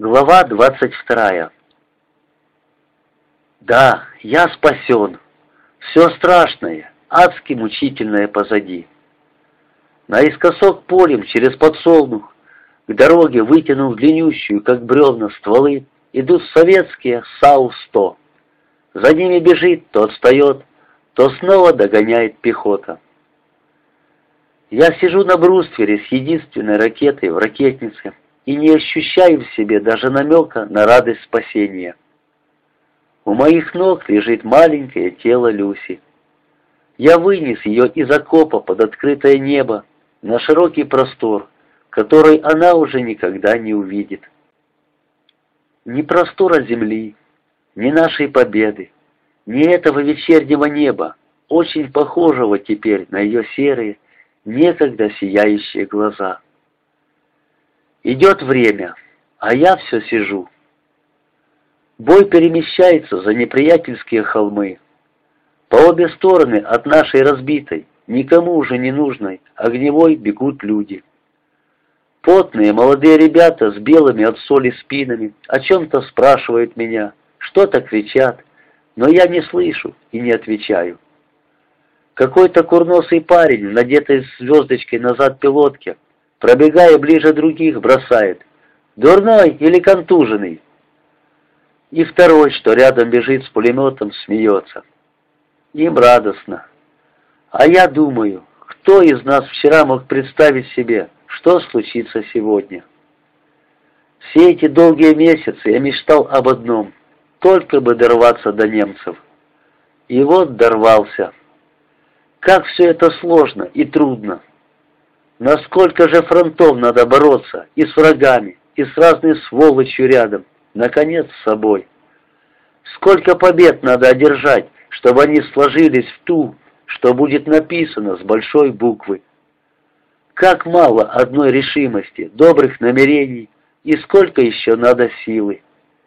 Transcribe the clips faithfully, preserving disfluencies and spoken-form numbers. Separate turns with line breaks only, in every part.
Глава двадцать вторая. Да, я спасен. Все страшное, адски мучительное позади. Наискосок полем через подсолнух к дороге, вытянув длиннющую, как бревна, стволы, идут советские САУ-сто. За ними бежит, то отстает, то снова догоняет пехота. Я сижу на бруствере с единственной ракетой в ракетнице и не ощущаю в себе даже намека на радость спасения. У моих ног лежит маленькое тело Люси. Я вынес ее из окопа под открытое небо на широкий простор, который она уже никогда не увидит. Ни простора земли, ни нашей победы, ни этого вечернего неба, очень похожего теперь на ее серые, некогда сияющие глаза. Идет время, а я все сижу. Бой перемещается за неприятельские холмы. По обе стороны от нашей разбитой, никому уже не нужной, огневой бегут люди. Потные молодые ребята с белыми от соли спинами о чем-то спрашивают меня, что-то кричат, но я не слышу и не отвечаю. Какой-то курносый парень, надетый звездочкой назад пилотке, пробегая ближе других, бросает: «Дурной или контуженный?» И второй, что рядом бежит с пулеметом, смеется. Им радостно. А я думаю, кто из нас вчера мог представить себе, что случится сегодня? Все эти долгие месяцы я мечтал об одном, только бы дорваться до немцев. И вот дорвался. Как все это сложно и трудно. Насколько же фронтов надо бороться и с врагами, и с разной сволочью рядом, наконец, с собой. Сколько побед надо одержать, чтобы они сложились в ту, что будет написано с большой буквы. Как мало одной решимости, добрых намерений, и сколько еще надо силы.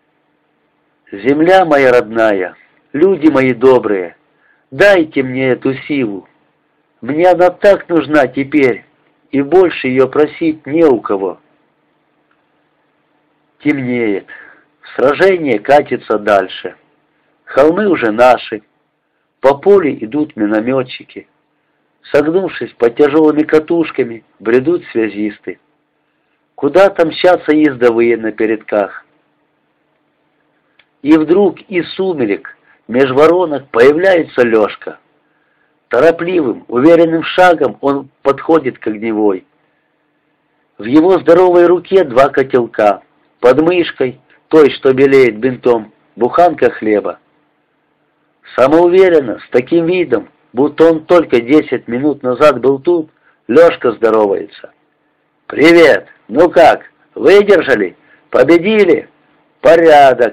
Земля моя родная, люди мои добрые, дайте мне эту силу. Мне она так нужна теперь, и больше ее просить не у кого. Темнеет. Сражение катится дальше. Холмы уже наши. По полю идут минометчики. Согнувшись под тяжелыми катушками, бредут связисты. Куда-то мчатся ездовые на передках. И вдруг из сумерек меж воронок появляется Лешка. Торопливым, уверенным шагом он подходит к огневой. В его здоровой руке два котелка. Под мышкой, той, что белеет бинтом, буханка хлеба. Самоуверенно, с таким видом, будто он только десять минут назад был тут, Лешка здоровается. «Привет! Ну как, выдержали? Победили? Порядок!»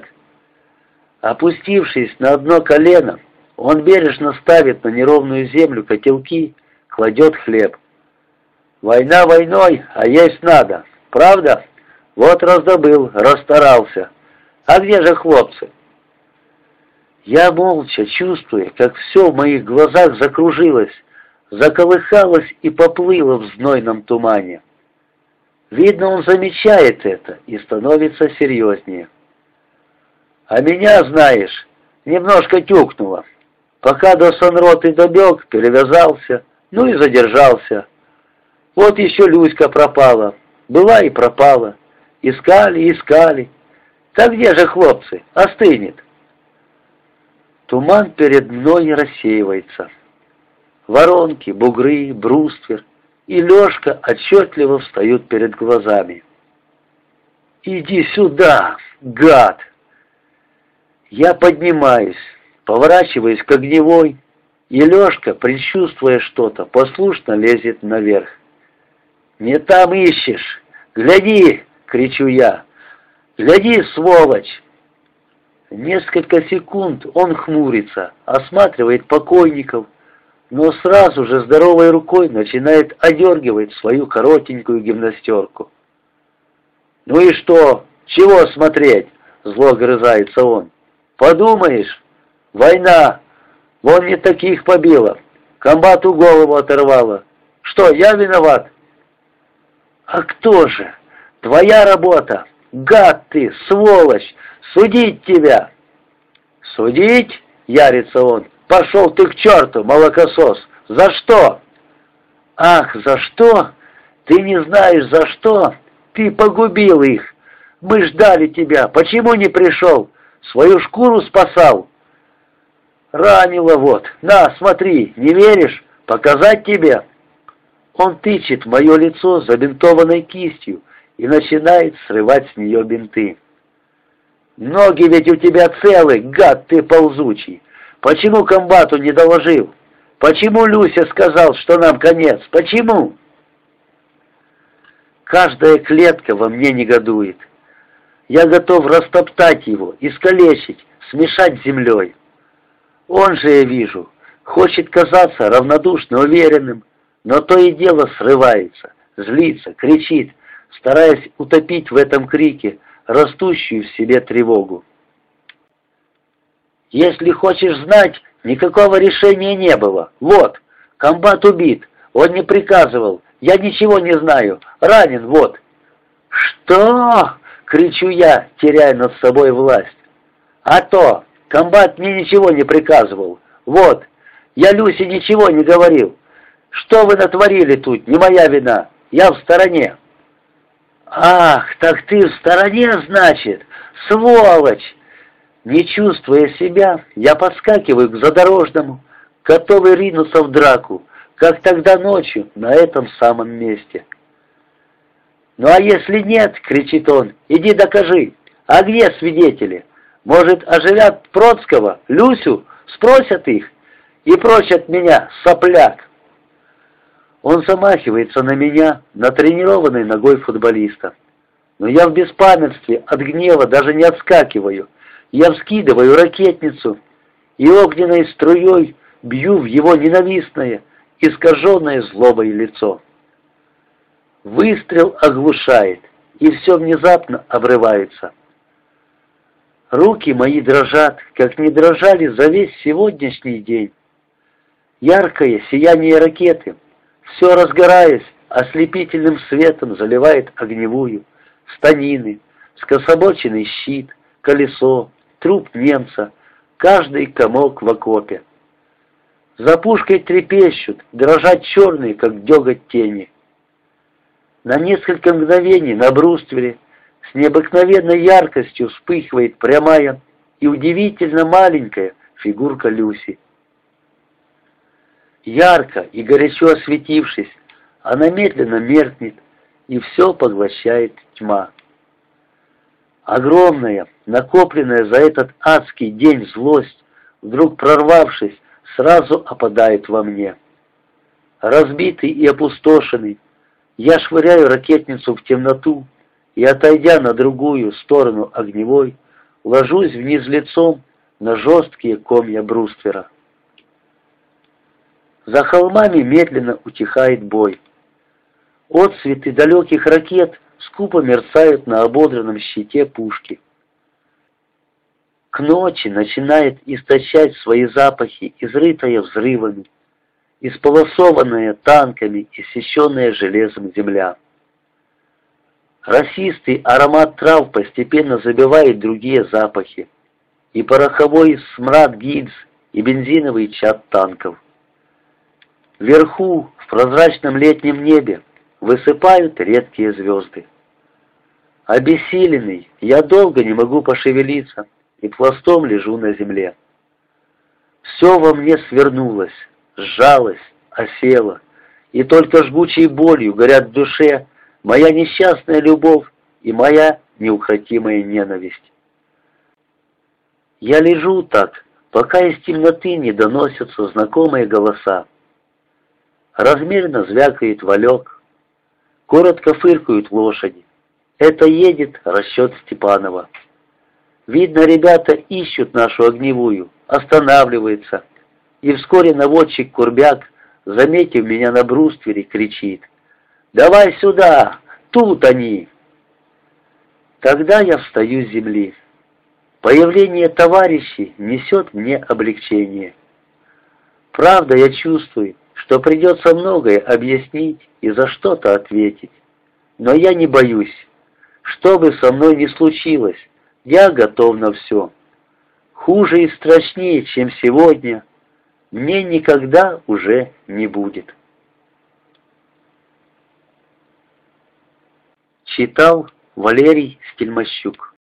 Опустившись на одно колено, он бережно ставит на неровную землю котелки, кладет хлеб. «Война войной, а есть надо, правда? Вот раздобыл, расстарался. А где же хлопцы?» Я молча, чувствуя, как все в моих глазах закружилось, заколыхалось и поплыло в знойном тумане. Видно, он замечает это и становится серьезнее. «А меня, знаешь, немножко тюкнуло. Пока до санроты добег, перевязался, ну и задержался. Вот еще Люська пропала, была и пропала. Искали, искали. Так где же хлопцы? Остынет». Туман перед мной рассеивается. Воронки, бугры, бруствер и Лешка отчетливо встают перед глазами. «Иди сюда, гад!» Я поднимаюсь, поворачиваюсь к огневой, и Лешка, предчувствуя что-то, послушно лезет наверх. «Не там ищешь! Гляди!» — кричу я. «Гляди, сволочь!» Несколько секунд он хмурится, осматривает покойников, но сразу же здоровой рукой начинает одергивать свою коротенькую гимнастерку. «Ну и что? Чего смотреть?» — зло грызается он. «Подумаешь, война, вон не таких побила, комбату голову оторвала. Что, я виноват?» «А кто же? Твоя работа. Гад ты, сволочь! Судить тебя!» «Судить?» — ярится он. «Пошел ты к черту, молокосос! За что?» «Ах, за что? Ты не знаешь, за что? Ты погубил их! Мы ждали тебя! Почему не пришел? Свою шкуру спасал!» «Ранило вот! На, смотри, не веришь? Показать тебе?» Он тычет в мое лицо забинтованной кистью и начинает срывать с нее бинты. «Ноги ведь у тебя целы, гад ты ползучий! Почему комбату не доложил? Почему Люся сказал, что нам конец? Почему?» Каждая клетка во мне негодует. Я готов растоптать его, искалечить, смешать с землей. Он же, я вижу, хочет казаться равнодушно уверенным, но то и дело срывается, злится, кричит, стараясь утопить в этом крике растущую в себе тревогу. «Если хочешь знать, никакого решения не было. Вот, комбат убит, он не приказывал, я ничего не знаю, ранен, вот». «Что?» — кричу я, теряя над собой власть. «А то, комбат мне ничего не приказывал. Вот, я Люсе ничего не говорил. Что вы натворили тут, не моя вина, я в стороне». «Ах, так ты в стороне, значит, сволочь!» Не чувствуя себя, я подскакиваю к задорожному, готовый ринуться в драку, как тогда ночью на этом самом месте. «Ну а если нет, — кричит он, — иди докажи. А где свидетели? Может, оживят Процкого, Люсю, спросят их и прочь от меня, сопляк!» Он замахивается на меня, натренированной ногой футболиста. Но я в беспамятстве от гнева даже не отскакиваю. Я вскидываю ракетницу и огненной струей бью в его ненавистное, искаженное злобой лицо. Выстрел оглушает, и все внезапно обрывается. Руки мои дрожат, как не дрожали за весь сегодняшний день. Яркое сияние ракеты, все разгораясь, ослепительным светом заливает огневую, станины, скособоченный щит, колесо, труп немца, каждый комок в окопе. За пушкой трепещут, дрожат черные, как деготь тени. На несколько мгновений на бруствере с необыкновенной яркостью вспыхивает прямая и удивительно маленькая фигурка Люси. Ярко и горячо осветившись, она медленно меркнет, и все поглощает тьма. Огромная, накопленная за этот адский день злость, вдруг прорвавшись, сразу опадает во мне. Разбитый и опустошенный, я швыряю ракетницу в темноту и, отойдя на другую сторону огневой, ложусь вниз лицом на жесткие комья бруствера. За холмами медленно утихает бой. Отсветы далеких ракет скупо мерцают на ободранном щите пушки. К ночи начинает источать свои запахи, изрытая взрывами, исполосованная танками, иссеченная железом земля. Росистый аромат трав постепенно забивает другие запахи, и пороховой смрад гильз, и бензиновый чад танков. Вверху, в прозрачном летнем небе, высыпают редкие звезды. Обессиленный, я долго не могу пошевелиться и пластом лежу на земле. Все во мне свернулось, сжалось, осело, и только жгучей болью горят в душе моя несчастная любовь и моя неукротимая ненависть. Я лежу так, пока из темноты не доносятся знакомые голоса. Размеренно звякает валек, коротко фыркают лошади. Это едет расчет Степанова. Видно, ребята ищут нашу огневую, останавливается, и вскоре наводчик Курбяк, заметив меня на бруствере, кричит: «Давай сюда! Тут они!» Тогда я встаю с земли. Появление товарищей несет мне облегчение. Правда, я чувствую, что придется многое объяснить и за что-то ответить. Но я не боюсь. Что бы со мной ни случилось, я готов на все. Хуже и страшнее, чем сегодня, мне никогда уже не будет. Читал Валерий Стельмощук.